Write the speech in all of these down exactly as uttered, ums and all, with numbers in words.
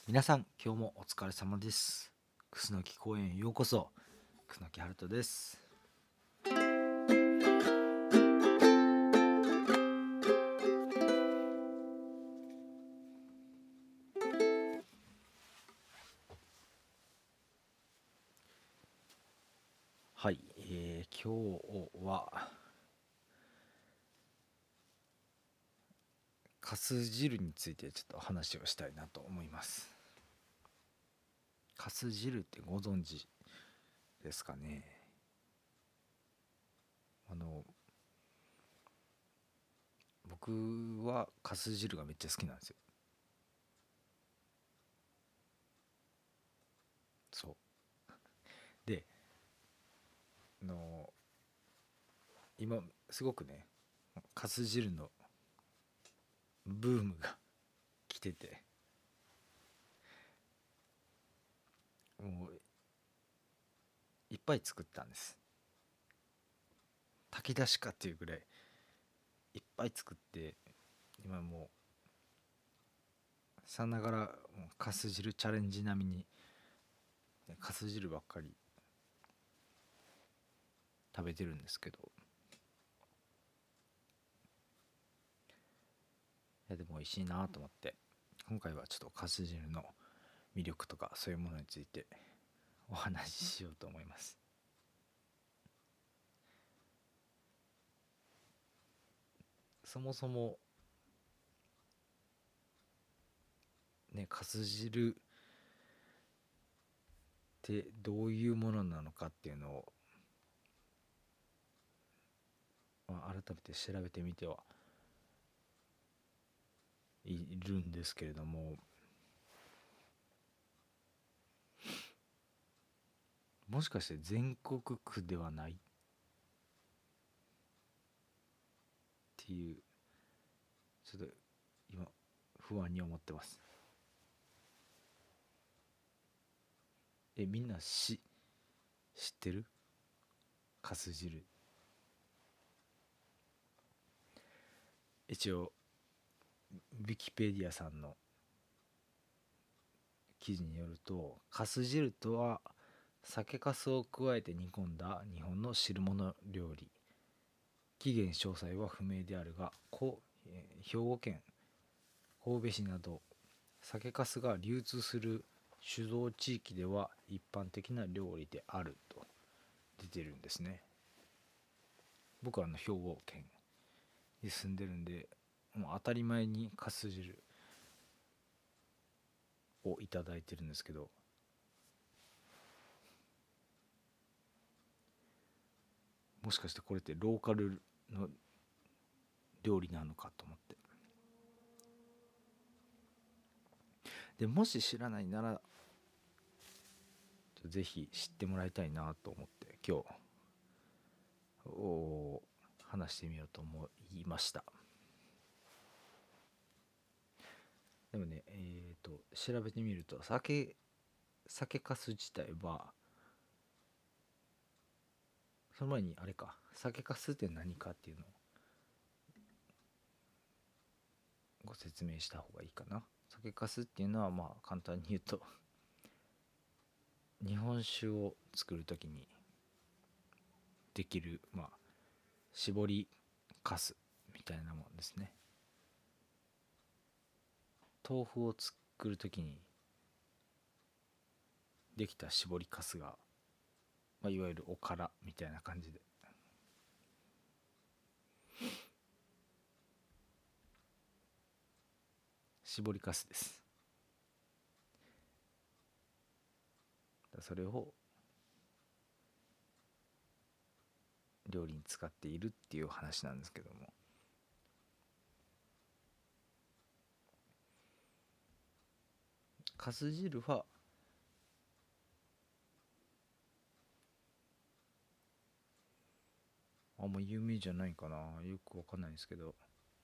皆さん今日もお疲れ様です。楠木公園へようこそ。楠木春人です。はい、えー、今日はかす汁についてちょっと話をしたいなと思います。かす汁ってご存知ですかね。あの僕はかす汁がめっちゃ好きなんですよ。そうで、あの今すごくね、かす汁のブームが来てて、もういっぱい作ったんです。炊き出しかっていうぐらいいっぱい作って、今もうさながらもうかす汁チャレンジ並みにかす汁ばっかり食べてるんですけど、いやでも美味しいなと思って、今回はちょっとかす汁の魅力とかそういうものについてお話ししようと思います。そもそもね、かす汁ってどういうものなのかっていうのを、まあ、改めて調べてみてはいるんですけれども、もしかして全国区ではないっていう、ちょっと今不安に思ってます。えみんなし知ってる？かす汁。一応ウィキペディアさんの記事によると、かす汁とは酒粕を加えて煮込んだ日本の汁物料理。起源詳細は不明であるが、こえー兵庫県神戸市など酒粕が流通する酒造地域では一般的な料理であると出てるんですね。僕はあの兵庫県に住んでるんで、もう当たり前にかす汁をいただいてるんですけど、もしかしてこれってローカルの料理なのかと思って、でもし知らないならぜひ知ってもらいたいなと思って今日お話してみようと思いました。でもね、えー、と調べてみると、酒酒粕自体は、その前にあれか、酒粕って何かっていうのをご説明した方がいいかな。酒粕っていうのは、まあ簡単に言うと、日本酒を作るときにできる、まあ絞りかすみたいなもんですね。豆腐を作るときにできた絞りかすが、まあ、いわゆるおからみたいな感じで、絞りかすです。それを料理に使っているっていう話なんですけども、かす汁はあんま有名じゃないかな、よくわかんないですけど、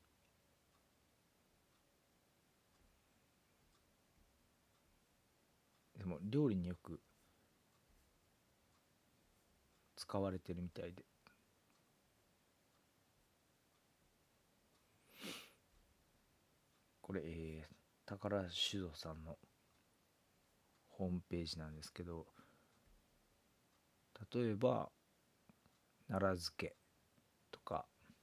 でも料理によく使われてるみたいで、これ、えー、宝酒造さんのホームページなんですけど、例えば奈良漬けとか、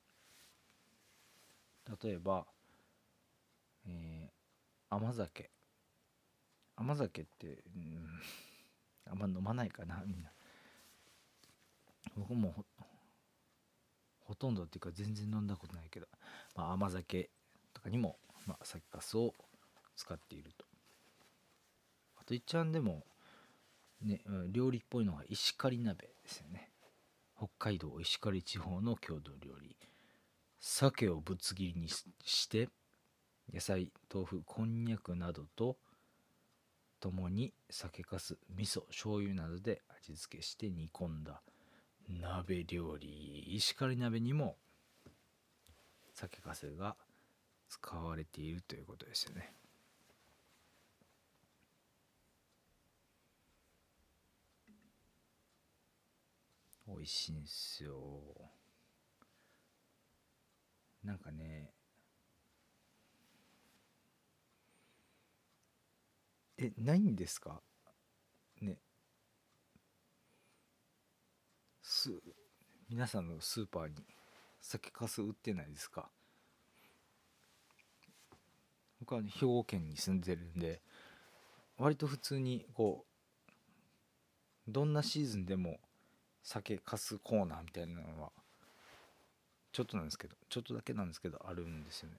例えば、えー、甘酒甘酒って、うん、あんま飲まないかなみんな。僕も ほ, ほとんどっていうか全然飲んだことないけど、まあ、甘酒とかにも、まあ、酒粕を使っていると。あと一番でもね、料理っぽいのが石狩鍋ですよね。北海道石狩地方の郷土料理。鮭をぶつ切りにして野菜、豆腐、こんにゃくなどとともに酒粕、味噌、醤油などで味付けして煮込んだ鍋料理。石狩鍋にも酒粕が使われているということですよね。美味しいんですよ。なんかね、え、ないんですかね。す皆さんのスーパーに酒粕売ってないですか？僕は、ね、兵庫県に住んでるんで、割と普通にこうどんなシーズンでも酒粕コーナーみたいなのはちょっとなんですけどちょっとだけなんですけどあるんですよね。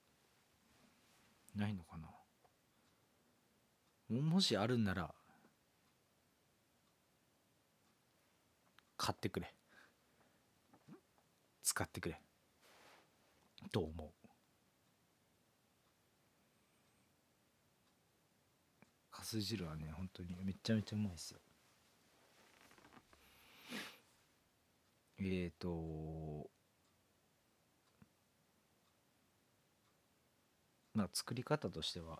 ないのかな。もしあるんなら買ってくれ、使ってくれと思う。かす汁はね本当にめちゃめちゃうまいですよ。えーとまあ作り方としては、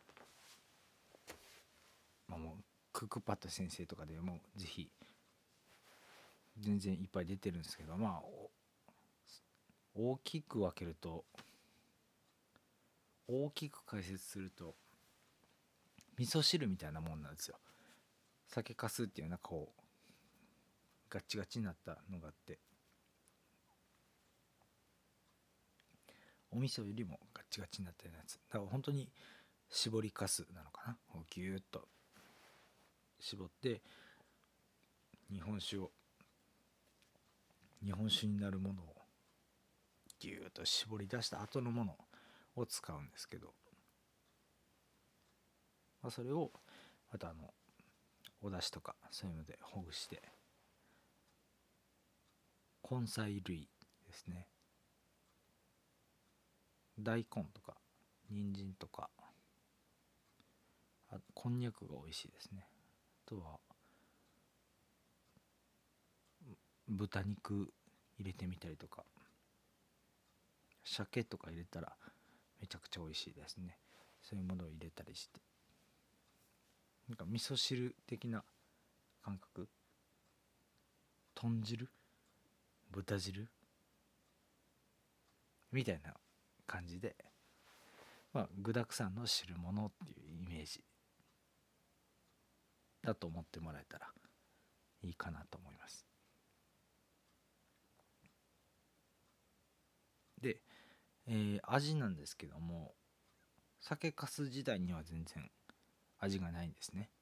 まあ、もうクックパッド先生とかでもぜひ全然いっぱい出てるんですけど、まあ大きく分けると大きく解説すると味噌汁みたいなもんなんですよ。酒粕っていうなんかこうガッチガチになったのがあって、お味噌よりもガッチガチになったようなやつだから本当に絞りかすなのかな。ギューッと絞って日本酒を日本酒になるものをギューッと絞り出した後のものを使うんですけど、まあ、それをまたあのお出汁とかそういうのでほぐして根菜類ですね、大根とか人参とか、あこんにゃくが美味しいですね。あとは豚肉入れてみたりとか鮭とか入れたらめちゃくちゃ美味しいですね。そういうものを入れたりして、なんか味噌汁的な感覚、豚汁、豚汁みたいな感じで、まあ具沢山の汁物っていうイメージだと思ってもらえたらいいかなと思います。で、えー味なんですけども、酒粕時代には全然味がないんですね。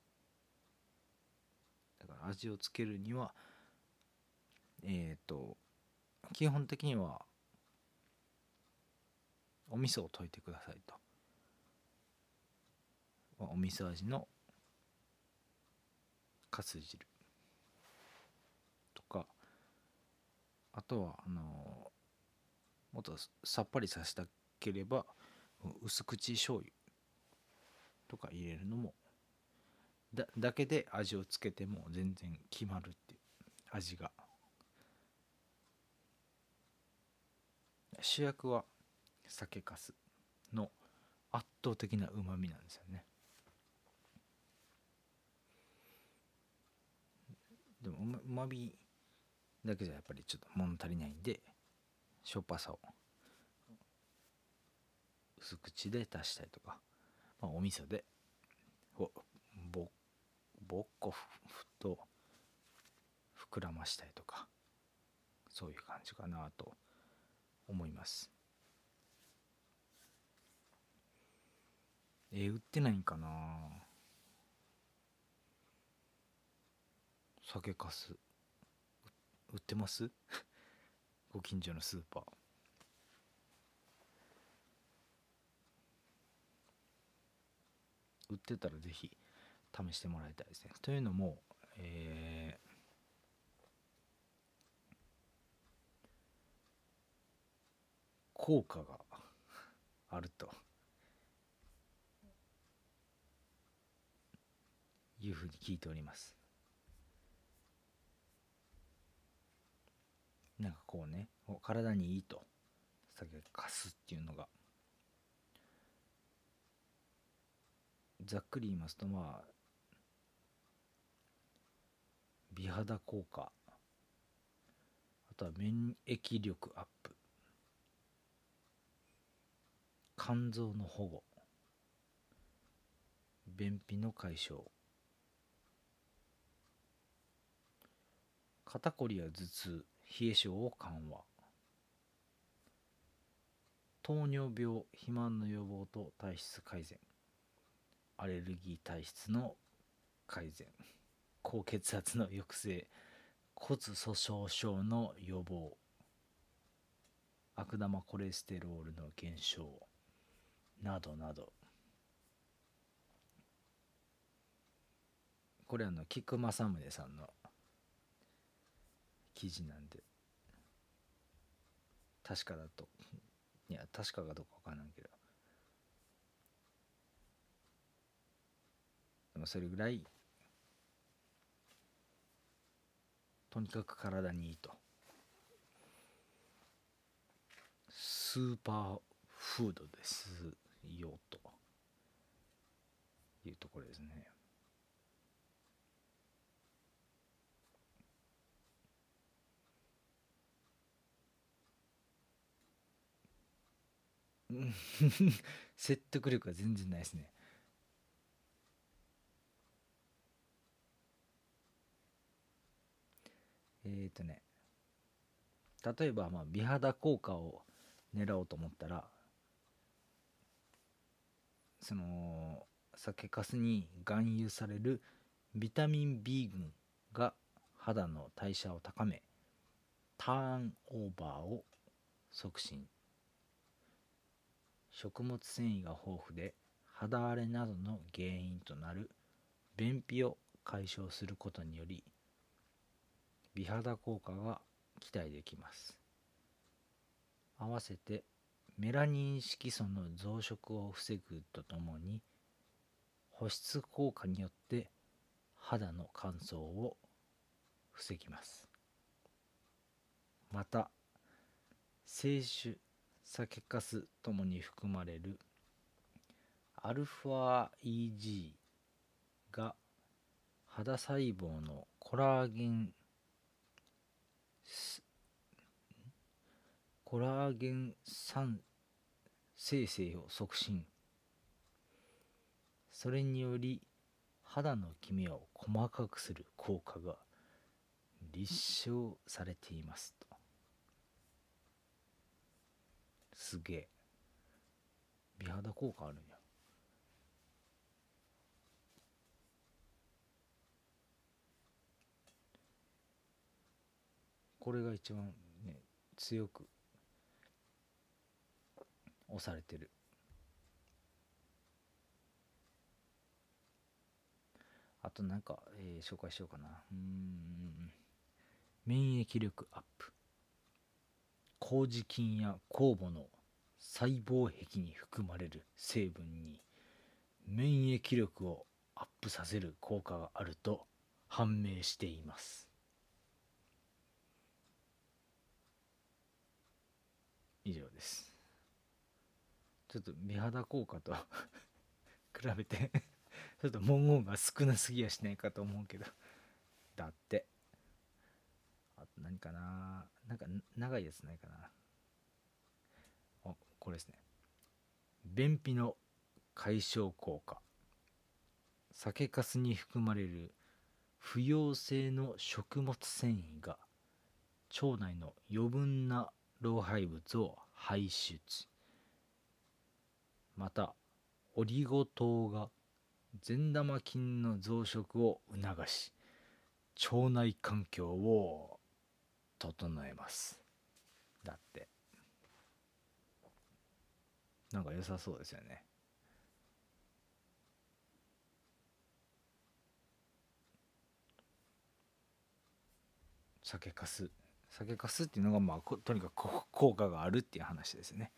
だから味をつけるにはえっ、と基本的にはお味噌を溶いてくださいと。お味噌味のかす汁とか、あとはあのもっとさっぱりさせたければ薄口醤油とか入れるのもだだけで味をつけても全然決まるっていう味が。主役は酒粕の圧倒的なうまみなんですよね。でもうまみだけじゃやっぱりちょっと物足りないんで、しょっぱさを薄口で足したりとか、まあ、お味噌でぼっぼっこふふと膨らましたりとか、そういう感じかなと思います。えー、売ってないんかな、酒かす。売ってます？ご近所のスーパー。売ってたらぜひ試してもらいたいですね。というのも、えー効果があるというふうに聞いております。なんかこうね、体にいいと酒かすっていうのが、ざっくり言いますと、まあ美肌効果、あとは免疫力アップ、肝臓の保護、便秘の解消、肩こりや頭痛、冷え性を緩和、糖尿病、肥満の予防と体質改善、アレルギー体質の改善、高血圧の抑制、骨粗しょう症の予防、悪玉コレステロールの減少などなど。これあの菊正宗さんの記事なんで、確かだと、いや確かかどうかわからんけど、でもそれぐらいとにかく体にいいと、スーパーフードですよというところですね。説得力は全然ないですね。えっ、ー、とね例えばまあ美肌効果を狙おうと思ったら、その酒粕に含有されるビタミン B 群が肌の代謝を高め、ターンオーバーを促進、食物繊維が豊富で肌荒れなどの原因となる便秘を解消することにより美肌効果が期待できます。合わせてメラニン色素の増殖を防ぐとともに保湿効果によって肌の乾燥を防ぎます。また清酒、酒粕ともに含まれるアルファ イージー が肌細胞のコラーゲンコラーゲン酸生成を促進、それにより肌のキメを細かくする効果が立証されていますと。すげえ、美肌効果あるんや。これが一番ね強く押されてる。あとなんか、えー紹介しようかな。うーん免疫力アップ、麹菌や酵母の細胞壁に含まれる成分に免疫力をアップさせる効果があると判明しています。以上です。ちょっと美肌効果と比べてちょっと文言が少なすぎやしないかと思うけど、だって。あと何かな、なんか長いやつないかな。あ、これですね。便秘の解消効果、酒粕に含まれる不溶性の食物繊維が腸内の余分な老廃物を排出。またオリゴ糖が善玉菌の増殖を促し、腸内環境を整えます。だって。なんか良さそうですよね。酒粕酒粕っていうのが、まあとにかく効果があるっていう話ですね。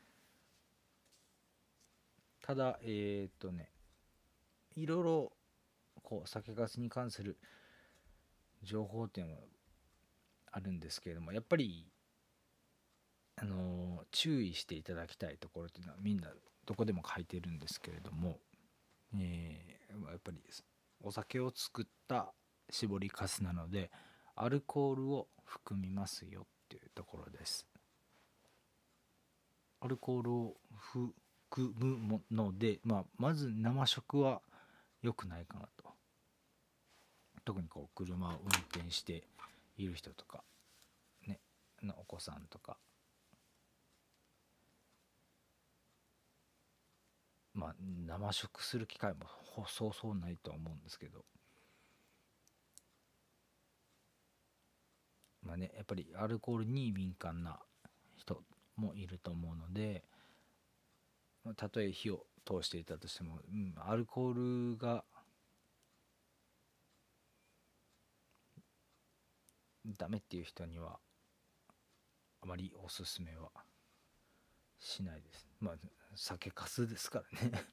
ただえー、っとねいろいろこう酒粕に関する情報っていうのはあるんですけれども、やっぱりあのー注意していただきたいところっていうのはみんなどこでも書いてるんですけれども、えー、やっぱりお酒を作った搾りかすなのでアルコールを含みますよっていうところです。アルコールを含むもので、まあ、まず生食は良くないかなと。特にこう車を運転している人とかね、のお子さんとか、まあ生食する機会もそうそうないとは思うんですけど、まあねやっぱりアルコールに敏感な人もいると思うので、たとえ火を通していたとしても、うん、アルコールがダメっていう人にはあまりおすすめはしないです。まあ酒かすですからね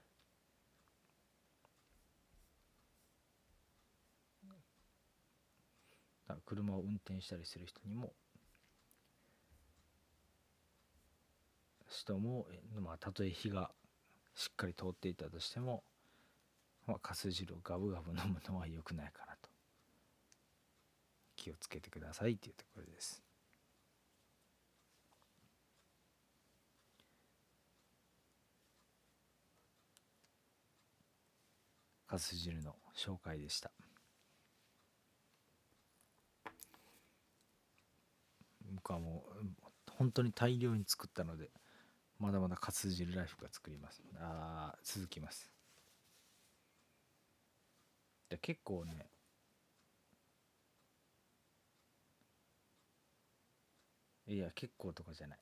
車を運転したりする人にも人も、まあ、たとえ火がしっかり通っていたとしても、まあ、かす汁をガブガブ飲むのは良くないかなと。気をつけてくださいっていうところです。かす汁の紹介でした。僕はもう本当に大量に作ったので、まだまだかす汁ライフが作ります。あ続きます。で結構ね、いや結構とかじゃない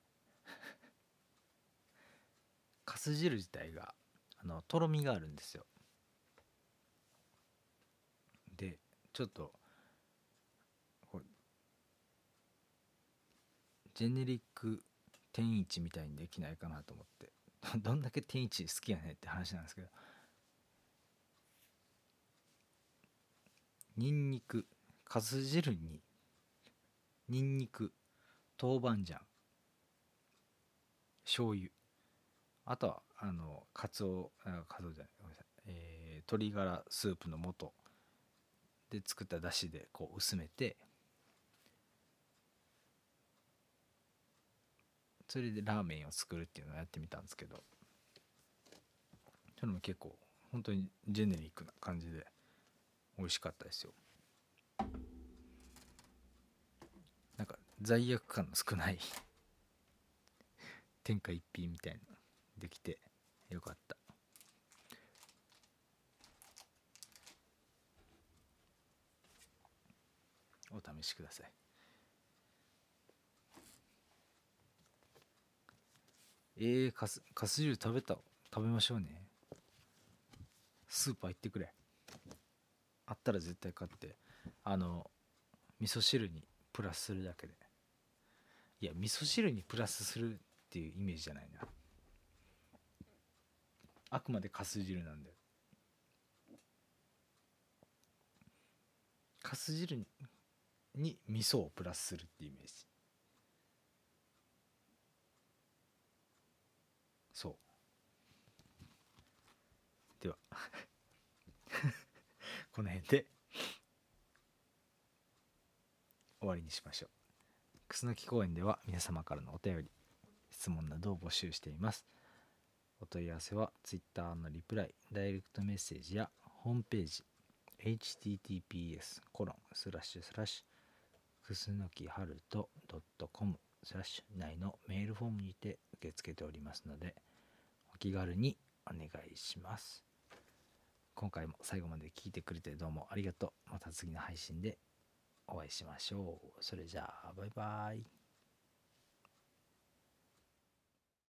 かす汁自体があのとろみがあるんですよ。でちょっとジェネリック天一みたいにできないかなと思ってどんだけ天一好きやねんって話なんですけど、ニンニクかす汁にニンニク、豆板醤、醤油、あとはあのかつおあかつおじゃないごめんなさい、えー、鶏ガラスープの素で作っただしでこう薄めて、それでラーメンを作るっていうのをやってみたんですけど、それも結構本当にジェネリックな感じで美味しかったですよ。なんか罪悪感の少ない天下一品みたいなできてよかった。お試しください。えー、かすかす汁食べた食べましょうね。スーパー行ってくれ。あったら絶対買って、あの味噌汁にプラスするだけで。いや味噌汁にプラスするっていうイメージじゃないな。あくまでかす汁なんで、かす汁に味噌をプラスするっていうイメージ。そうではこの辺で終わりにしましょう。楠木公園では皆様からのお便り質問などを募集しています。お問い合わせは Twitter のリプライ、ダイレクトメッセージやホームページエイチティーティーピーエス コロンスラッシュスラッシュくすのきはると .com スラッシュ内のメールフォームにて受け付けておりますので、お気軽にお願いします。今回も最後まで聞いてくれてどうもありがとう。また次の配信でお会いしましょう。それじゃあバイバイ。